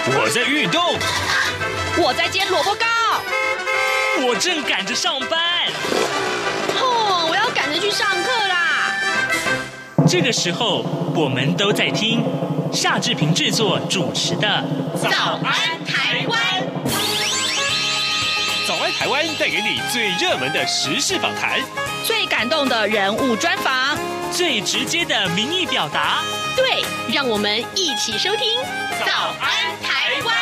我在运动， 我在煎萝卜糕， 我正赶着上班。 我要赶着去上课啦。 这个时候，我们都在听夏志平制作主持的《 早安台湾》。 早安台湾带给你最热门的时事访谈， 最感动的人物专访， 最直接的民意表达。 对，让我们一起收听《早安台湾》。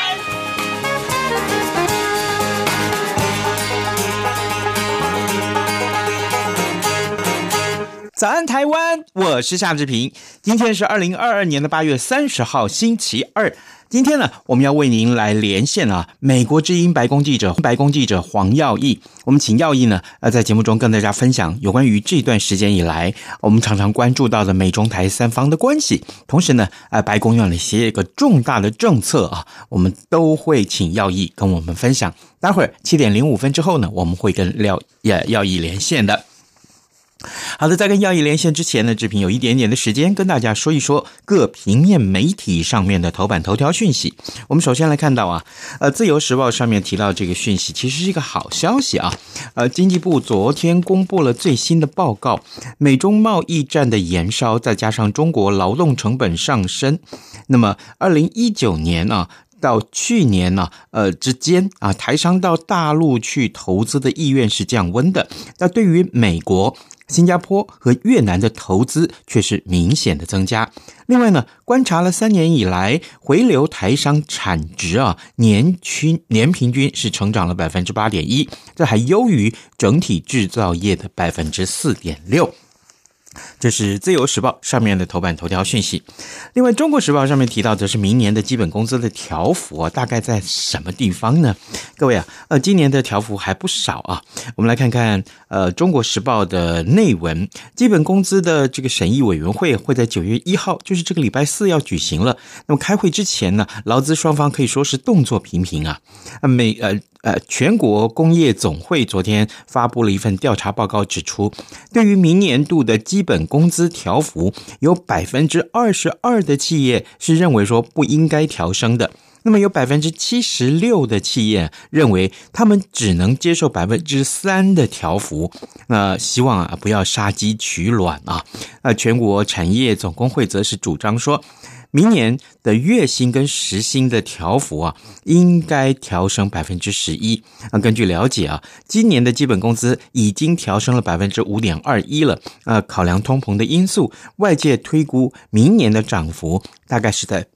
早安台湾，我是夏志平。今天是2022年8月30号星期二。今天呢，我们要为您来连线美国之音白宫记者黄耀毅。我们请耀毅呢，在节目中跟大家分享有关于这段时间以来我们常常关注到的美中台三方的关系。同时呢，白宫有哪些个重大的政策我们都会请耀毅跟我们分享。待会儿7点05分之后呢，我们会跟耀毅连线的。好的，在跟耀毅连线之前呢，志平有一点点的时间跟大家说一说各平面媒体上面的头版头条讯息。我们首先来看到自由时报上面提到这个讯息，其实是一个好消息经济部昨天公布了最新的报告，美中贸易战的延烧，再加上中国劳动成本上升，那么2019年到去年之间台商到大陆去投资的意愿是降温的。那对于美国、新加坡和越南的投资却是明显的增加。另外呢，观察了3年以来回流台商产值年平均是成长了 8.1%， 这还优于整体制造业的 4.6%。这是自由时报上面的头版头条讯息。另外中国时报上面提到则是明年的基本工资的调幅大概在什么地方呢？各位今年的调幅还不少我们来看看中国时报的内文。基本工资的这个审议委员会会在9月1号，就是这个礼拜4要举行了。那么开会之前呢，劳资双方可以说是动作频频全国工业总会昨天发布了一份调查报告，指出对于明年度的基本工资调幅，有 22% 的企业是认为说不应该调升的。那么有 76% 的企业认为他们只能接受 3% 的调幅。希望不要杀鸡取卵全国产业总工会则是主张说，明年的月薪跟时薪的调幅应该调升 11%。根据了解今年的基本工资已经调升了 5.21% 了。考量通膨的因素，外界推估明年的涨幅大概是在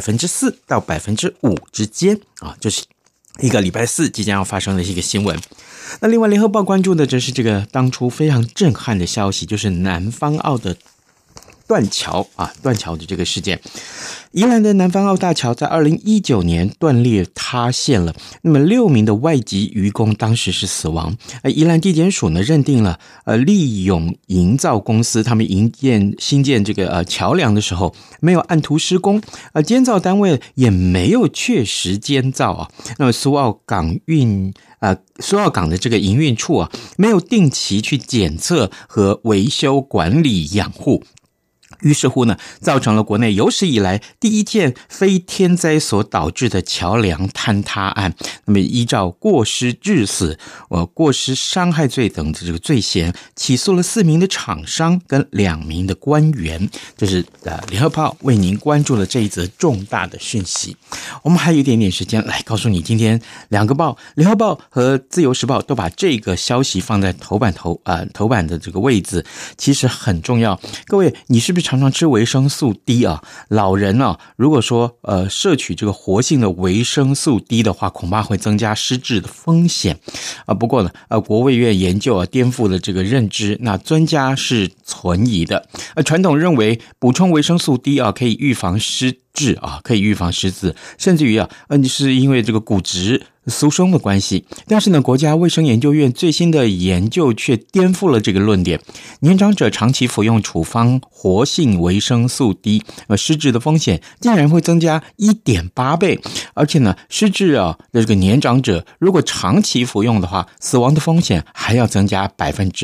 4% 到 5% 之间这是一个礼拜4即将要发生的一个新闻。那另外联合报关注的则是这个当初非常震撼的消息，就是南方澳的断桥的这个事件。宜兰的南方澳大桥在2019年断裂塌陷了，那么6名的外籍渔工当时是死亡。宜兰地检署呢认定了利永营造公司他们新建这个桥梁的时候没有按图施工，监造单位也没有确实监造那么苏澳港的这个营运处没有定期去检测和维修管理养护。于是乎呢，造成了国内有史以来第一件非天灾所导致的桥梁坍塌案。那么依照过失致死、过失伤害罪等的这个罪嫌，起诉了4名的厂商跟2名的官员。这是联合报为您关注了这一则重大的讯息。我们还有一点点时间来告诉你，今天2个报，联合报和自由时报都把这个消息放在头版的这个位置，其实很重要。各位，你是不是常常吃维生素 D 老人如果说摄取这个活性的维生素 D 的话，恐怕会增加失智的风险不过呢国卫院研究颠覆了这个认知，那专家是存疑的。传统认为补充维生素 D 可以预防失智可以预防失智，甚至于是因为这个骨质苏生的关系。但是呢，国家卫生研究院最新的研究却颠覆了这个论点。年长者长期服用处方活性维生素 D， 失智的风险竟然会增加 1.8 倍。而且呢，失智这个年长者如果长期服用的话，死亡的风险还要增加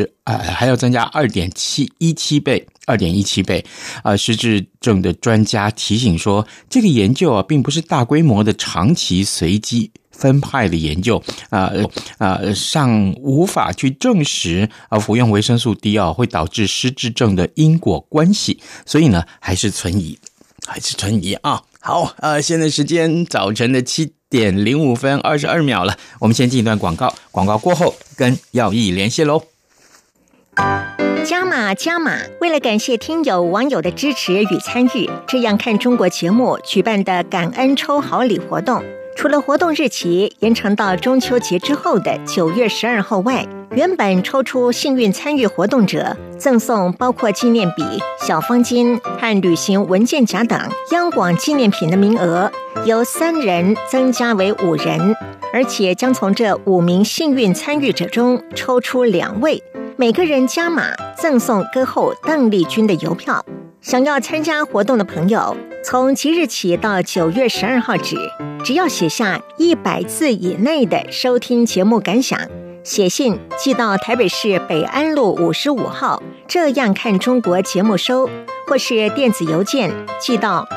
2.17倍。失智症的专家提醒说，这个研究并不是大规模的长期随机分派的研究，尚无法去证实服用维生素 D 会导致失智症的因果关系，所以呢，还是存疑啊。好，现在时间早晨的7点05分22秒了，我们先进一段广告，广告过后跟耀毅连线喽。 加码加码！为了感谢听友网友的支持与参与，这样看中国节目举办的感恩抽好礼活动，除了活动日期延长到中秋节之后的9月12号外，原本抽出幸运参与活动者赠送包括纪念笔、小方巾和旅行文件夹等央广纪念品的名额，由3人增加为5人，而且将从这5名幸运参与者中抽出2位，每个人加码赠送歌后邓丽君的邮票。想要参加活动的朋友，从即日起到9月12号止，只要写下100字以内的收听节目感想，写信寄到台北市北安路55号这样看中国节目收，或是电子邮件寄到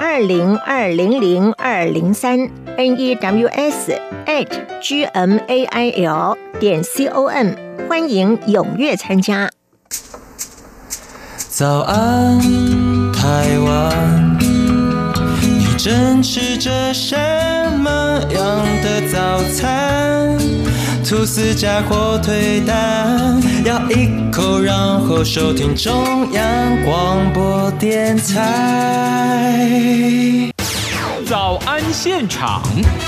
202000203 news@gmail.com， 欢迎踊跃参加。 早安台湾，你正吃着什么样的早餐？吐司加火腿蛋，咬一口然后收听中央广播电台。 早安现场。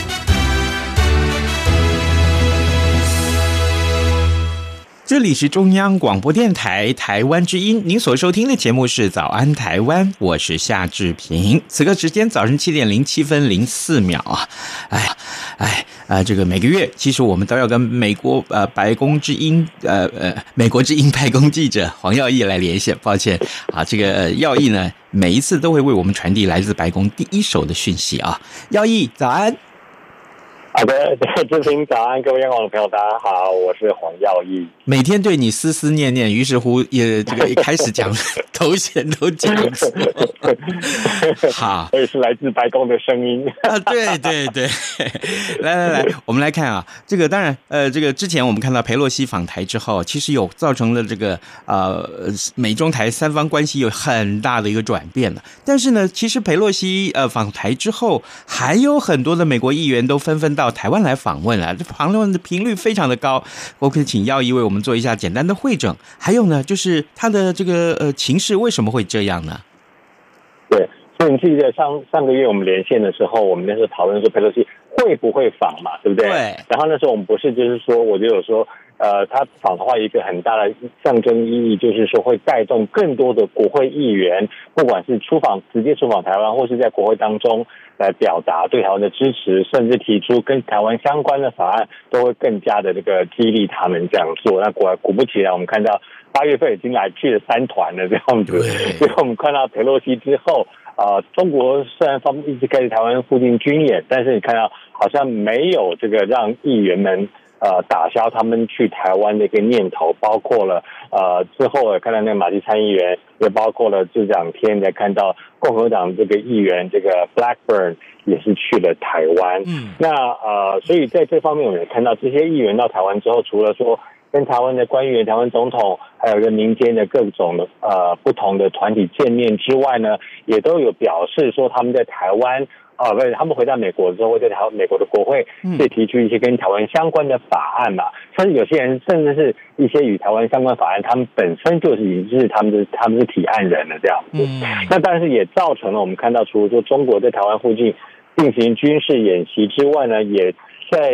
这里是中央广播电台台湾之音，您所收听的节目是早安台湾，我是夏志平。此刻时间早上7点07分04秒啊！这个每个月其实我们都要跟美国白宫之音美国之音白宫记者黄耀毅来连线。抱歉啊，这个耀毅呢每一次都会为我们传递来自白宫第一手的讯息啊。耀毅早安。 好的，志平早安，各位央广的朋友，大家好，我是黄耀毅。 每天对你思思念念，于是乎也这个一开始讲头衔都讲错。好， 我也是来自白宫的声音啊，对，来，我们来看啊，这个当然这个之前我们看到裴洛西访台之后，其实有造成了这个美中台三方关系有很大的一个转变了。但是呢，其实裴洛西访台之后，还有很多的美国议员都纷纷到台湾来访问了，这访问的频率非常的高。我可以请耀毅为我们做一下简单的汇整，还有呢，就是他的这个情势为什么会这样呢？ 对，所以你记得上个月我们连线的时候，我们那时候讨论说裴洛西会不会访嘛，对不对？对。然后那时候我们不是就是说，我就有说，他访的话有一个很大的象征意义，就是说会带动更多的国会议员，不管是直接出访台湾，或是在国会当中来表达对台湾的支持，甚至提出跟台湾相关的法案，都会更加的这个激励他们这样做。那果不其然，我们看到8月份已经去了3团了这样子。所以我们看到裴洛西之后，中国虽然一直开始台湾附近军演，但是你看到好像没有这个让议员们打消他们去台湾的一个念头，包括了之后看到那个马基参议员，也包括了这2天才看到共和党这个议员这个 Blackburn 也是去了台湾。那所以在这方面我们也看到这些议员到台湾之后，除了说跟台湾的官员、台湾总统，还有跟民间的各种的不同的团体见面之外呢，也都有表示说他们在台湾他们回到美国之后，会在美国的国会会提出一些跟台湾相关的法案嘛，甚至有些人甚至是一些与台湾相关法案，他们本身就是已经是他们是提案人了这样子。那但是也造成了我们看到，除了说中国在台湾附近进行军事演习之外呢，也在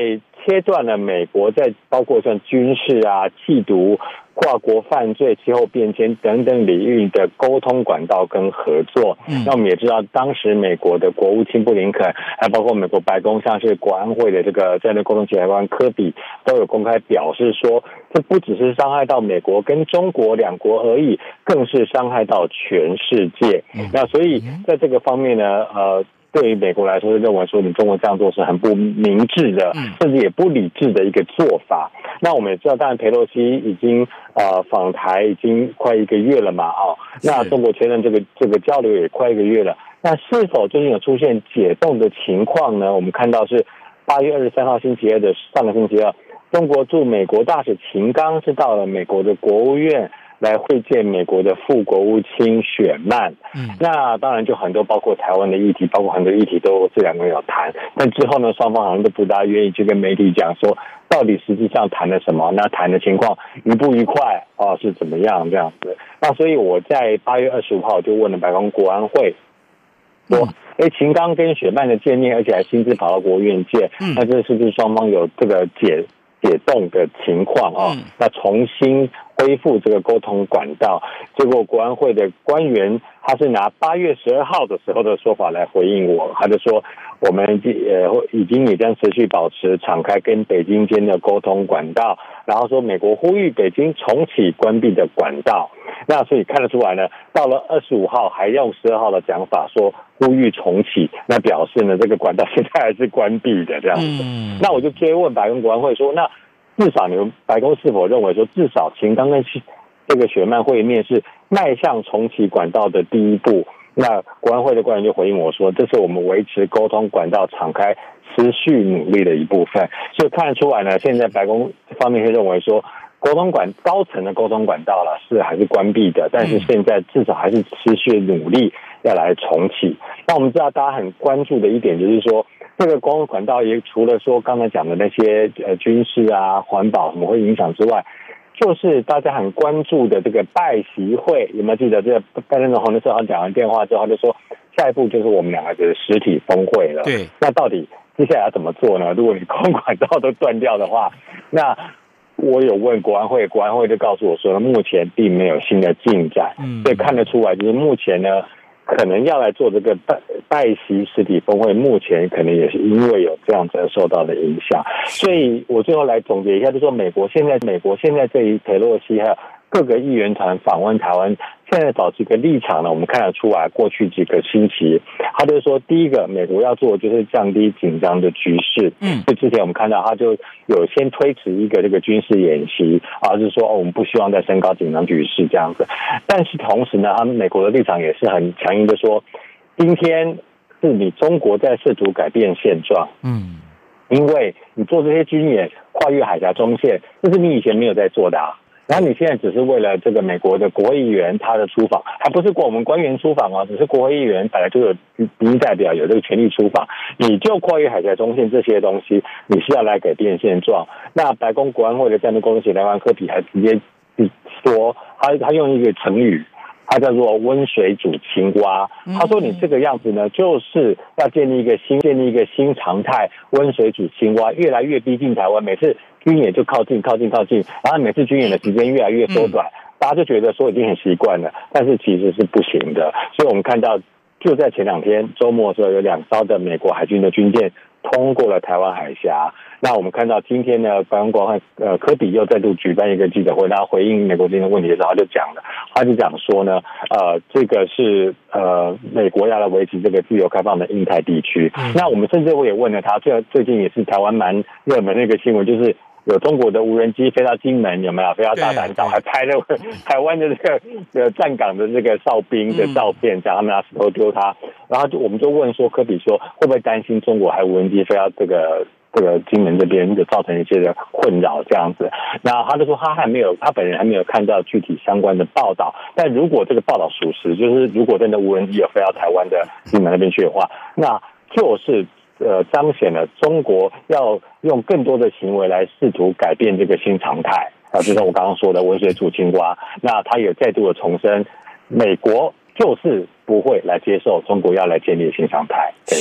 切断了美国在包括像军事啊、缉毒、跨国犯罪、气候变迁等等领域的沟通管道跟合作。那我们也知道，当时美国的国务卿布林肯，还包括美国白宫，像是国安会的这个战略沟通协调官科比，都有公开表示说，这不只是伤害到美国跟中国两国而已，更是伤害到全世界。那所以在这个方面呢，对于美国来说，认为说你中国这样做是很不明智的，甚至也不理智的一个做法。那我们也知道，当然裴洛西已经访台已经快1个月了嘛，那中国确认这个交流也快1个月了。那是否最近有出现解冻的情况呢？我们看到是8月23号星期二的上个星期二，中国驻美国大使秦刚是到了美国的国务院来会见美国的副国务卿雪曼。那当然就很多包括台湾的议题，包括很多议题都这两个人有谈，但之后呢，双方好像都不大愿意去跟媒体讲说到底实际上谈了什么，那谈的情况愉不愉快是怎么样这样子。那所以我在8月25号就问了白宫国安会说，秦刚跟雪曼的见面，而且还亲自跑到国务院见，那这是不是双方有这个解冻的情况那重新恢复这个沟通管道？结果国安会的官员他是拿8月12号的时候的说法来回应我，他就说我们已经也将持续保持敞开跟北京间的沟通管道，然后说美国呼吁北京重启关闭的管道。那所以看得出来呢，到了25号还用12号的讲法说呼吁重启，那表示呢这个管道现在还是关闭的这样子。那我就追问白宫国安会说，那至少你们白宫是否认为说，至少秦刚跟这个雪曼会面是迈向重启管道的第一步？那国安会的官员就回应我说，这是我们维持沟通管道敞开持续努力的一部分。所以看得出来呢，现在白宫方面是认为说，高层的沟通管道了是还是关闭的，但是现在至少还是持续努力要来重启。那我们知道大家很关注的一点就是说，这个沟通管道也除了说刚才讲的那些军事啊、环保什么会影响之外，就是大家很关注的这个拜习会。有没有记得这个拜登总统的时候他讲完电话之后，他就说下一步就是我们两个的实体峰会了。 对， 那到底接下来要怎么做呢？如果你沟通管道都断掉的话，那我有问国安会，国安会就告诉我说，目前并没有新的进展。所以看得出来，就是目前呢，可能要来做这个拜习实体峰会，目前可能也是因为有这样子受到的影响。所以我最后来总结一下，就是说美国现在对于裴洛西还有各个议员团访问台湾，现在保持一个立场呢，我们看得出来，过去几个星期，他就说，第一个，美国要做的就是降低紧张的局势。就之前我们看到，他就有先推迟一个这个军事演习，就是说我们不希望再升高紧张局势这样子。但是同时呢，他们美国的立场也是很强硬的说，今天是你中国在试图改变现状。因为你做这些军演跨越海峡中线，这是你以前没有在做的然后你现在只是为了这个美国的国会议员他的出访，还不是我们官员出访只是国会议员本来就有民意代表有这个权利出访，你就跨越海峡中线这些东西，你是要来改变现状。那白宫国安会的战略沟通协调官科比还直接说，他用一个成语，他叫做温水煮青蛙。他说你这个样子呢，就是要建立一个新常态，温水煮青蛙，越来越逼近台湾，每次军演就靠近，然后每次军演的时间越来越缩短，大家就觉得说已经很习惯了，但是其实是不行的。所以我们看到就在前2天周末的时候，有2艘的美国海军的军舰通过了台湾海峡。那我们看到今天呢，白宫国安会科比又再度举办一个记者会，他回应美国这个问题的时候，他就讲说呢，这个是美国要来维持这个自由开放的印太地区。那我们甚至我也问了他，最近也是台湾蛮热门的一个新闻，就是有中国的无人机飞到金门，有没有飞到大嶝岛，还拍了台湾的这个站岗的这个哨兵的照片，讲他们拿石头丢他。然后我们就问说，科比说会不会担心中国还无人机飞到这个金门这边就造成一些的困扰这样子。那他就说他本人还没有看到具体相关的报道，但如果这个报道属实，就是如果真的无人机有飞到台湾的金门那边去的话，那就是彰显了中国要用更多的行为来试图改变这个新常态就像我刚刚说的温水煮青蛙。那他也再度的重申，美国就是不会来接受中国要来建立新常态这样。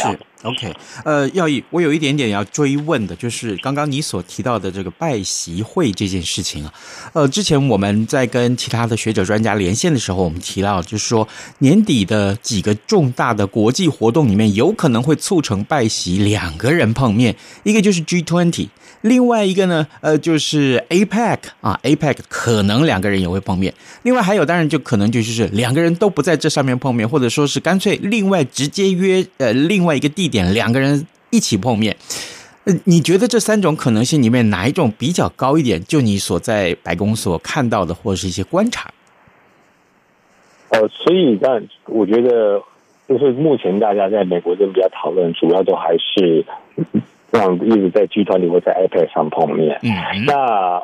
OK， 耀毅，我有一点点要追问的，就是刚刚你所提到的这个拜习会这件事情啊。之前我们在跟其他的学者专家连线的时候，我们提到就是说年底的几个重大的国际活动里面，有可能会促成拜习两个人碰面，一个就是 G20， 另外一个呢，就是 APEC 啊 ，APEC 可能两个人也会碰面，另外还有当然就可能就是两个人都不在这上面碰面，或者说是干脆另外直接约另外一个地点两个人一起碰面。你觉得这三种可能性里面哪一种比较高一点？就你所在白宫所看到的或者是一些观察。 所以但我觉得就是目前大家在美国这边比较讨论，主要都还是让一直在 G20 或在 APEC 上碰面。那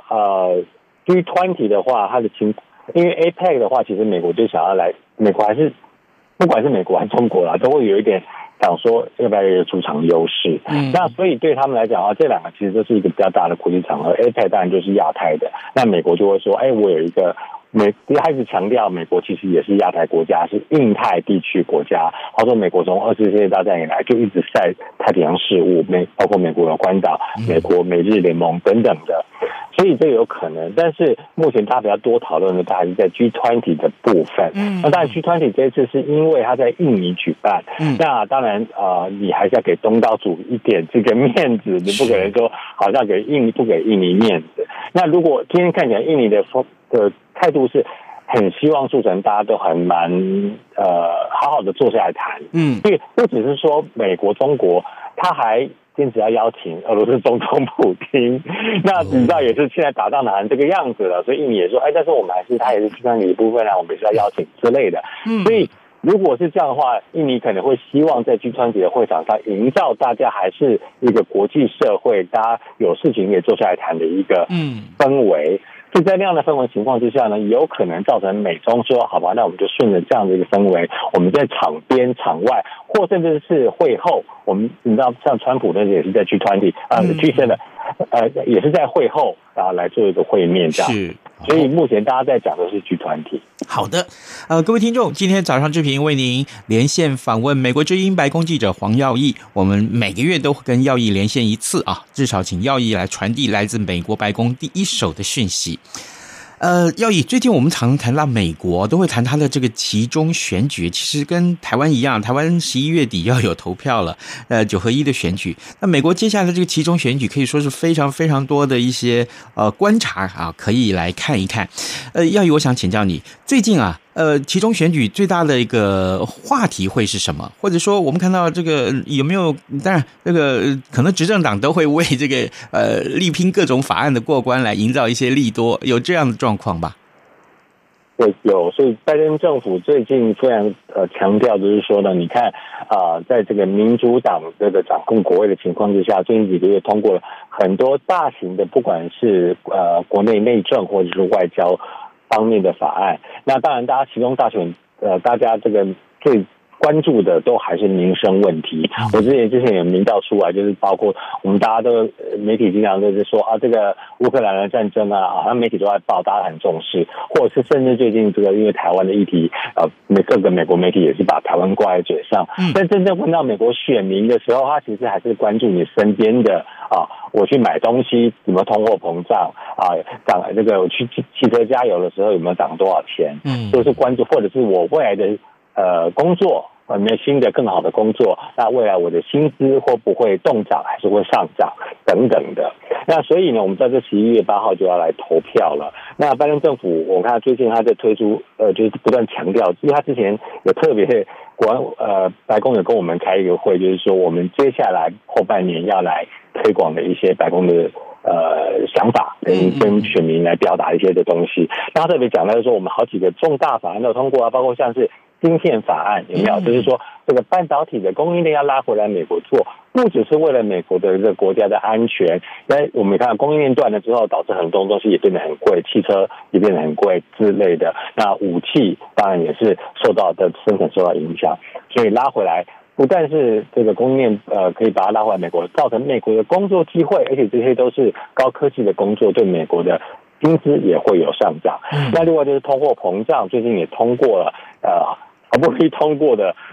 G20 的话，它的因为 APEC 的话，其实美国就想要来，美国还是不管是美国还是中国啦，都会有一点想说要不要有主场优势。那所以对他们来讲啊，这两个其实都是一个比较大的国际场合。APEC 当然就是亚太的，那美国就会说，我有一个。他一直强调美国其实也是亚太国家，是印太地区国家。他说美国从2次世界大战以来就一直在太平洋事务，包括美国有关岛、美国美日联盟等等的，所以这个有可能。但是目前大家比较多讨论的，还是在 G20 的部分。那当然 G20 这一次是因为他在印尼举办，那当然你还是要给东道主一点这个面子，你不可能说好像不给印尼面子。那如果今天看起来印尼的态度是很希望促成大家都很好好的坐下来谈，所以不只是说美国、中国，他还坚持要邀请俄罗斯总统普丁。那你知道也是现在打仗打成这个样子了，所以印尼也说，但是我们他也是G20的一部分啊，我们也是要邀请之类的。所以如果是这样的话，印尼可能会希望在G20的会场上营造大家还是一个国际社会，大家有事情也坐下来谈的一个氛围。所以在那样的氛围情况之下呢，有可能造成美中说好吧，那我们就顺着这样的一个氛围，我们在场边、场外，或甚至是会后，你知道像川普那也是在G20G7的也是在会后来做一个会面这样。是。所以目前大家在讲的是G20。 好的，各位听众，今天早上志平为您连线访问美国之音白宫记者黄耀毅。我们每个月都会跟耀毅连线一次啊，至少请耀毅来传递来自美国白宫第一手的讯息。耀毅，最近我们常谈到美国，都会谈他的这个期中选举，其实跟台湾一样，台湾11月底要有投票了，9合1的选举。那美国接下来这个期中选举可以说是非常非常多的一些观察啊，可以来看一看。耀毅，我想请教你，最近期中选举最大的一个话题会是什么？或者说我们看到这个有没有，当然这个可能执政党都会为这个力拼各种法案的过关来营造一些利多，有这样的状况吧？ 对，有。所以拜登政府最近非常强调，就是说呢，你看在这个民主党这个掌控国会的情况之下，最近几个月通过了很多大型的，不管是国内内政或者是外交方面的法案。那当然大家其中大选大家这个最关注的都还是民生问题。我之前有民调出来，就是包括我们大家都媒体经常就是说这个乌克兰的战争好像媒体都在报，大家很重视，或者是甚至最近这个因为台湾的议题各个美国媒体也是把台湾挂在嘴上。但真正问到美国选民的时候，他其实还是关注你身边的我去买东西有没有通货膨胀涨这个我去汽车加油的时候有没有涨多少钱，就是关注，或者是我未来的工作有没有新的更好的工作，那未来我的薪资会不会动涨还是会上涨等等的。那所以呢，我们在这11月8号就要来投票了。那拜登政府我看最近他在推出就是不断强调，因为他之前有特别白宫有跟我们开一个会，就是说我们接下来后半年要来推广的一些白宫的想法跟选民来表达一些的东西。那他特别讲到就是说我们好几个重大法案都通过包括像是芯片法案有没有？就是说这个半导体的供应链要拉回来美国做，不只是为了美国的这个国家的安全。那我们看供应链断了之后，导致很多东西也变得很贵，汽车也变得很贵之类的。那武器当然也是生产受到影响，所以拉回来。不但是这个供应链可以把它拉回来美国，造成美国的工作机会，而且这些都是高科技的工作，对美国的薪资也会有上涨。那另外就是通货膨胀，最近也通过了好不容易通过的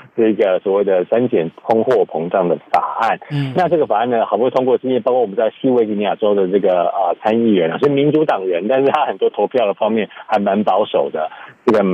这个所谓的删减通货膨胀的法案。那这个法案呢，好不容易通过，因为包括我们在西维吉尼亚州的这个参议员是民主党人，但是他很多投票的方面还蛮保守的。这个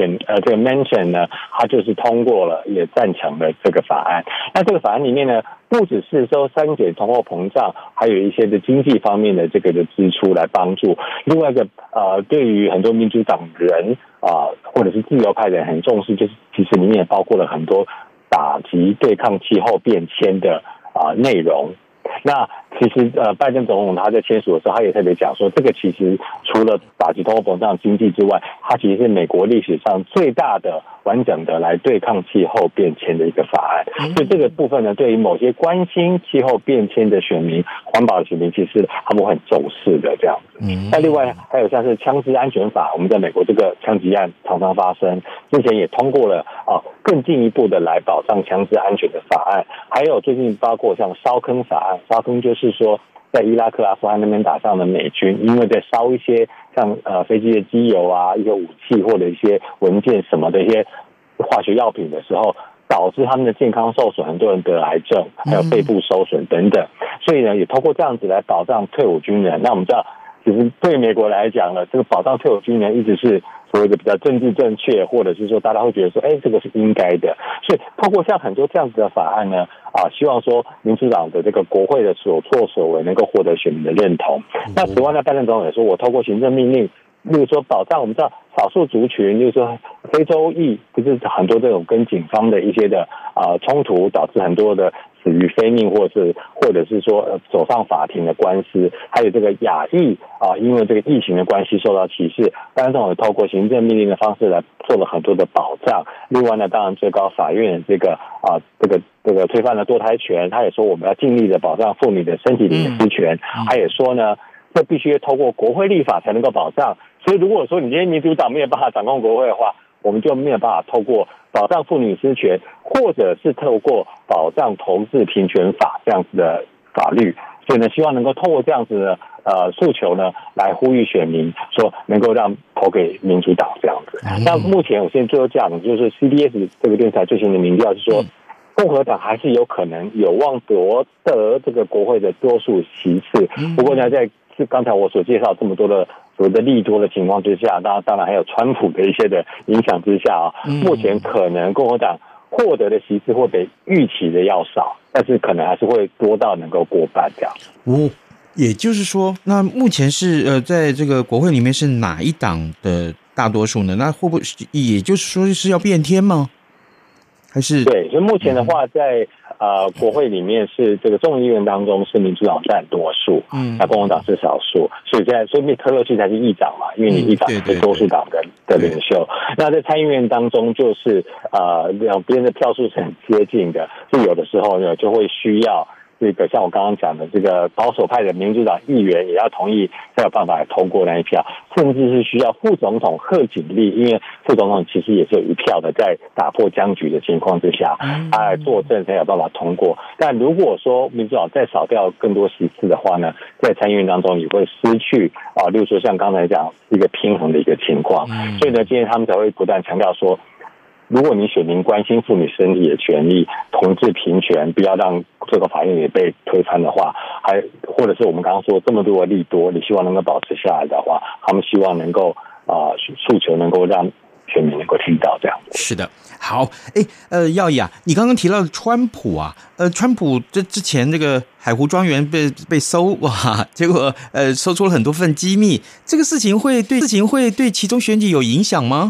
Manchin 呢，他就是通过了，也赞成了这个法案。那这个法案里面呢，不只是说删减通货膨胀，还有一些的经济方面的这个的支出来帮助。另外一个对于很多民主党人或者是自由派人很重视，就是其实里面也包括了很多打击对抗气候变迁的内容。那其实拜登总统他在签署的时候，他也特别讲说，这个其实除了打击通货膨胀经济之外，它其实是美国历史上最大的完整的来对抗气候变迁的一个法案。所以这个部分呢，对于某些关心气候变迁的选民、环保的选民，其实他们会很重视的这样子。那另外还有像是枪支安全法，我们在美国这个枪击案常常发生，之前也通过了更进一步的来保障枪支安全的法案。还有最近包括像烧坑法案，烧坑就是说在伊拉克、阿富汗那边打仗的美军，因为在烧一些像飞机的机油一些武器或者一些文件什么的一些化学药品的时候，导致他们的健康受损，很多人得癌症，还有肺部受损等等。所以呢，也通过这样子来保障退伍军人。那我们知道，其实对美国来讲呢，这个保障退伍军人一直是所谓的比较政治正确，或者是说大家会觉得说，这个是应该的。所以透过像很多这样子的法案呢，希望说民主党的这个国会的所作所为能够获得选民的认同。那此外呢，拜登总统也说，我透过行政命令，例如说保障我们知道少数族群，例如说非洲裔，不是很多这种跟警方的一些的冲突，导致很多的死于非命，或者是说走上法庭的官司，还有这个亚裔因为这个疫情的关系受到歧视，拜登总统透过行政命令的方式来做了很多的保障。另外呢，当然最高法院这个推翻了堕胎权，他也说我们要尽力的保障妇女的身体隐私权，他也说呢，这必须透过国会立法才能够保障。所以如果说你今天民主党没有办法掌控国会的话，我们就没有办法透过保障妇女隐私权，或者是透过保障同志平权法这样子的法律。所以呢，希望能够透过这样子的诉求呢，来呼吁选民说能够让投给民主党这样子。那目前我现在最后讲，就是 CBS 这个电视台最新的民调是说，共和党还是有可能有望夺得这个国会的多数席次。不过呢，在刚才我所介绍这么多的所谓的利多的情况之下，当然还有川普的一些的影响之下目前可能共和党获得的席次会比预期的要少，但是可能还是会多到能够过半这样。 也就是说，那目前是在这个国会里面是哪一党的大多数呢？那会不会也就是说是要变天吗？还是对，所以目前的话，在国会里面是这个众议院当中是民主党占多数，那共和党是少数，所以现在所以特洛西才是议长嘛，因为你议长是多数党的领袖。那在参议院当中，就是两边的票数是很接近的，所以有的时候呢就会需要这个像我刚刚讲的，这个保守派的民主党议员也要同意才有办法来通过那一票，甚至是需要副总统贺锦丽，因为副总统其实也是有一票的，在打破僵局的情况之下，他来作证才有办法通过。但如果说民主党再少掉更多席次的话呢，在参议院当中也会失去例如说像刚才讲一个平衡的一个情况。所以呢，今天他们才会不断强调说，如果你选民关心妇女身体的权利、同志平权，不要让这个法院也被推翻的话，还或者是我们刚刚说这么多的利多，你希望能够保持下来的话，他们希望能够诉求能够让选民能够听到这样。 是的，好，耀义你刚刚提到的川普川普之前这个海湖庄园被搜结果搜出了很多份机密，这个事情会对其中选举有影响吗？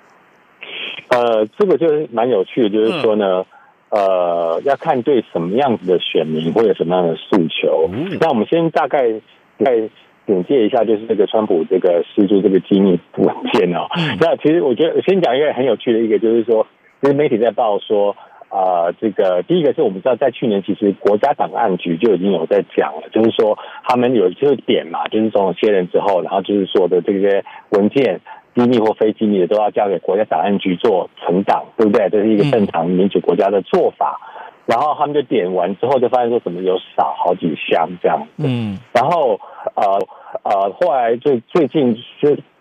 这个就是蛮有趣的，就是说呢，要看对什么样子的选民会有什么样的诉求。那我们先大概简介一下，就是这个川普这个释出这个机密文件那其实我觉得先讲一个很有趣的一个，就是说，其实媒体在报说，这个第一个是我们知道，在去年其实国家档案局就已经有在讲了，就是说他们有就是点嘛，就是总统卸任之后，然后就是说的这些文件。机密或非机密的都要交给国家档案局做存档，对不对？这是一个正常民主国家的做法。然后他们就点完之后，就发现说怎么有少好几箱这样子。然后后来最近就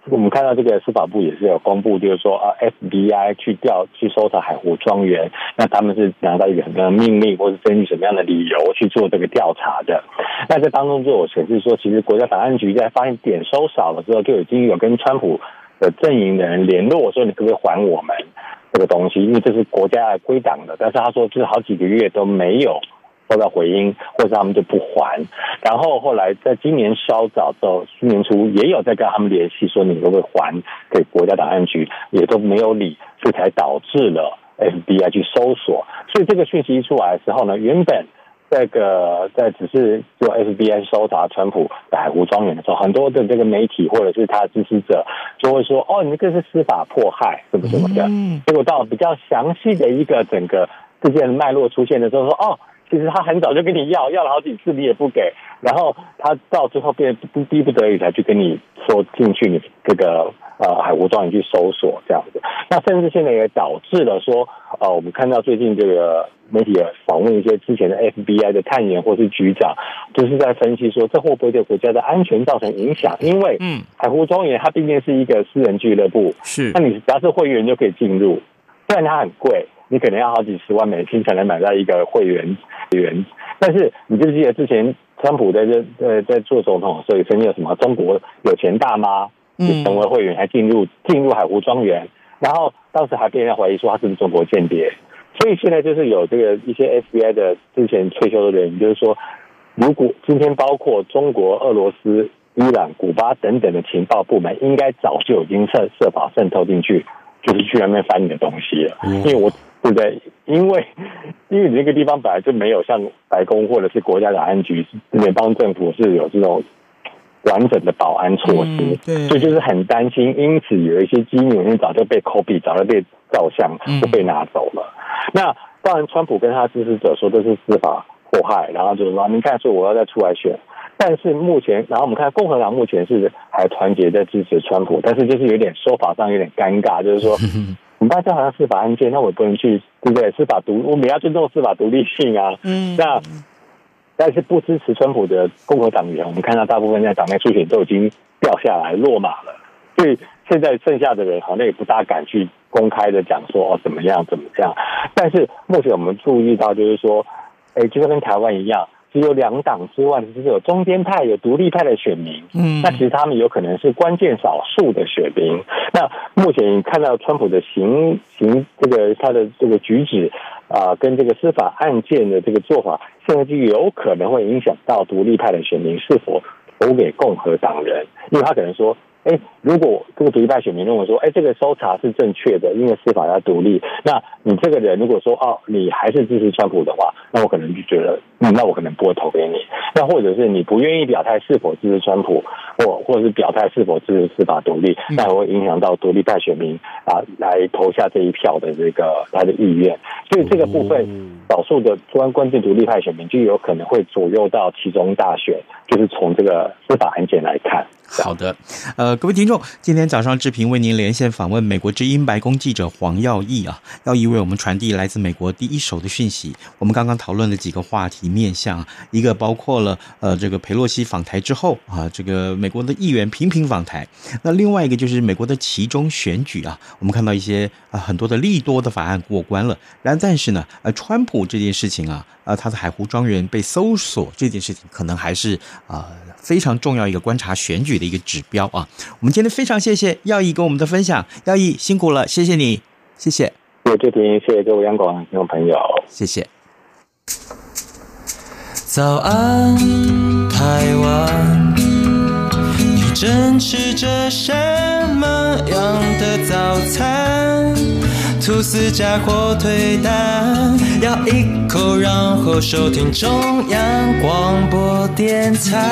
我们看到这个司法部也是有公布，就是说FBI 去搜查海湖庄园，那他们是拿到一个什么样的命令，或是根据什么样的理由去做这个调查的。那在当中就有显示说，其实国家档案局在发现点收少了之后，就已经有跟川普的阵营的人联络，说你可不可以还我们这个东西，因为这是国家归档的。但是他说，就是好几个月都没有收到回音，或者他们就不还。然后后来在今年稍早到今年初也有在跟他们联系，说你可不可以还给国家档案局，也都没有理，所以才导致了 FBI 去搜索。所以这个讯息一出来的时候呢，原本在只是做 FBI 搜查川普的海湖庄园的时候，很多的这个媒体或者是他的支持者就会说，你这个是司法迫害什么什么的。结果到比较详细的一个整个事件脉络出现的时候说，其实他很早就跟你要了好几次，你也不给，然后他到最后逼不得已才去跟你说进去你这个海湖庄园去搜索这样子。那甚至现在也导致了说，我们看到最近这个媒体也访问一些之前的 FBI 的探员或是局长，就是在分析说这会不会对国家的安全造成影响？因为海湖庄园它毕竟是一个私人俱乐部，是，那你只要是会员就可以进入，虽然它很贵，你可能要好几十万美金才能买到一个会员，但是你记不记得之前川普在做总统的时候也曾经有什么中国有钱大妈也成为会员，还进入海湖庄园，然后当时还被人家怀疑说他是不是中国间谍。所以现在就是有这个一些 FBI 的之前退休的人，就是说，如果今天包括中国、俄罗斯、伊朗、古巴等等的情报部门，应该早就已经设法渗透进去，就是去那边翻你的东西了。因为对不对？因为你那个地方本来就没有像白宫或者是国家档案局、联邦政府是有这种完整的保安措施，所以就是很担心，因此有一些机密文件早就被 copy， 早就被照相，就被拿走了。那当然，川普跟他支持者说这是司法迫害，然后就是说，您看，说我要再出来选。但是目前，然后我们看共和党目前是还团结在支持川普，但是就是有点说法上有点尴尬，就是说，你大家好像司法案件，那我也不能去，对不对？我们要尊重司法独立性啊。那但是不支持川普的共和党员，我们看到大部分在党内初选都已经掉下来落马了，所以现在剩下的人好像也不大敢去公开的讲说怎么样。但是目前我们注意到就是说，就跟台湾一样，只有两党之外，就是有中间派、有独立派的选民。那其实他们有可能是关键少数的选民。那目前看到川普的他的这个举止跟这个司法案件的这个做法，现在就有可能会影响到独立派的选民是否投给共和党人，因为他可能说，如果这个独立派选民认为说，这个搜查是正确的，因为司法要独立，那你这个人如果说你还是支持川普的话，那我可能就觉得，那我可能不会投给你。那或者是你不愿意表态是否支持川普，或者是表态是否支持司法独立，那会影响到独立派选民来投下这一票的这个他的意愿。所以这个部分，少数的关键独立派选民就有可能会左右到其中大选，就是从这个司法案件来看。 好的，各位听众，今天早上志平为您连线访问美国之音白宫记者黄耀毅耀毅为我们传递来自美国第一手的讯息。我们刚刚讨论了几个话题面向，一个包括了这个裴洛西访台之后这个美国的议员频频访台，那另外一个就是美国的期中选举我们看到一些很多的利多的法案过关了，但是呢川普这件事情他的海湖庄园被搜索这件事情，可能还是非常重要一个观察选举的一个指标我们今天非常谢谢耀毅跟我们的分享，耀毅辛苦了，谢谢你，谢谢。 志平，谢谢各位央广听众朋友， 谢谢。 早安，台湾，你正吃着什么样的早餐？吐司加火腿蛋，咬一口，然后收听中央广播电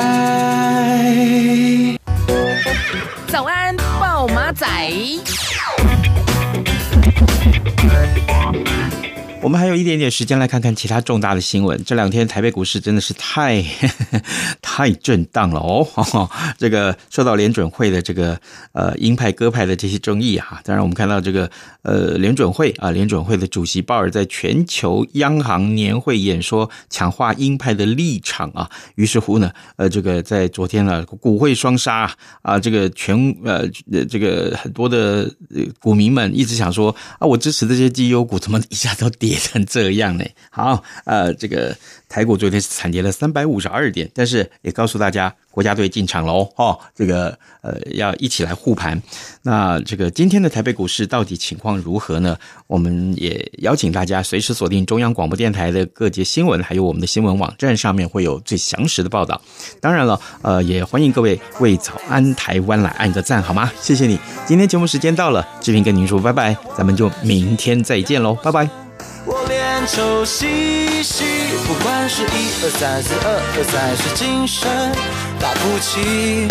台。 早安，暴马仔。 我们还有一点点时间来看看其他重大的新闻。这两天台北股市真的是太震荡了哦。这个受到联准会的这个鹰派鸽派的这些争议啊，当然我们看到这个联准会的主席鲍尔在全球央行年会演说强化鹰派的立场啊，于是乎呢这个在昨天呢股汇双杀啊，这个这个很多的股民们一直想说啊，我支持这些绩优股怎么一下都跌成这样呢？好，这个台股昨天是惨跌了352点，但是也告诉大家国家队进场喽，这个要一起来护盘。那这个今天的台北股市到底情况如何呢？我们也邀请大家随时锁定中央广播电台的各节新闻，还有我们的新闻网站上面会有最详实的报道。当然了，也欢迎各位为早安台湾来按个赞好吗？谢谢你。今天节目时间到了，志平跟您说拜拜，咱们就明天再见喽，拜拜。 我连抽细细，不管是1、2、3、4、2、3是精神打不起，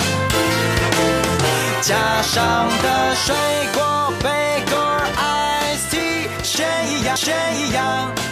加上的水果、贝果、iced tea， 选一样。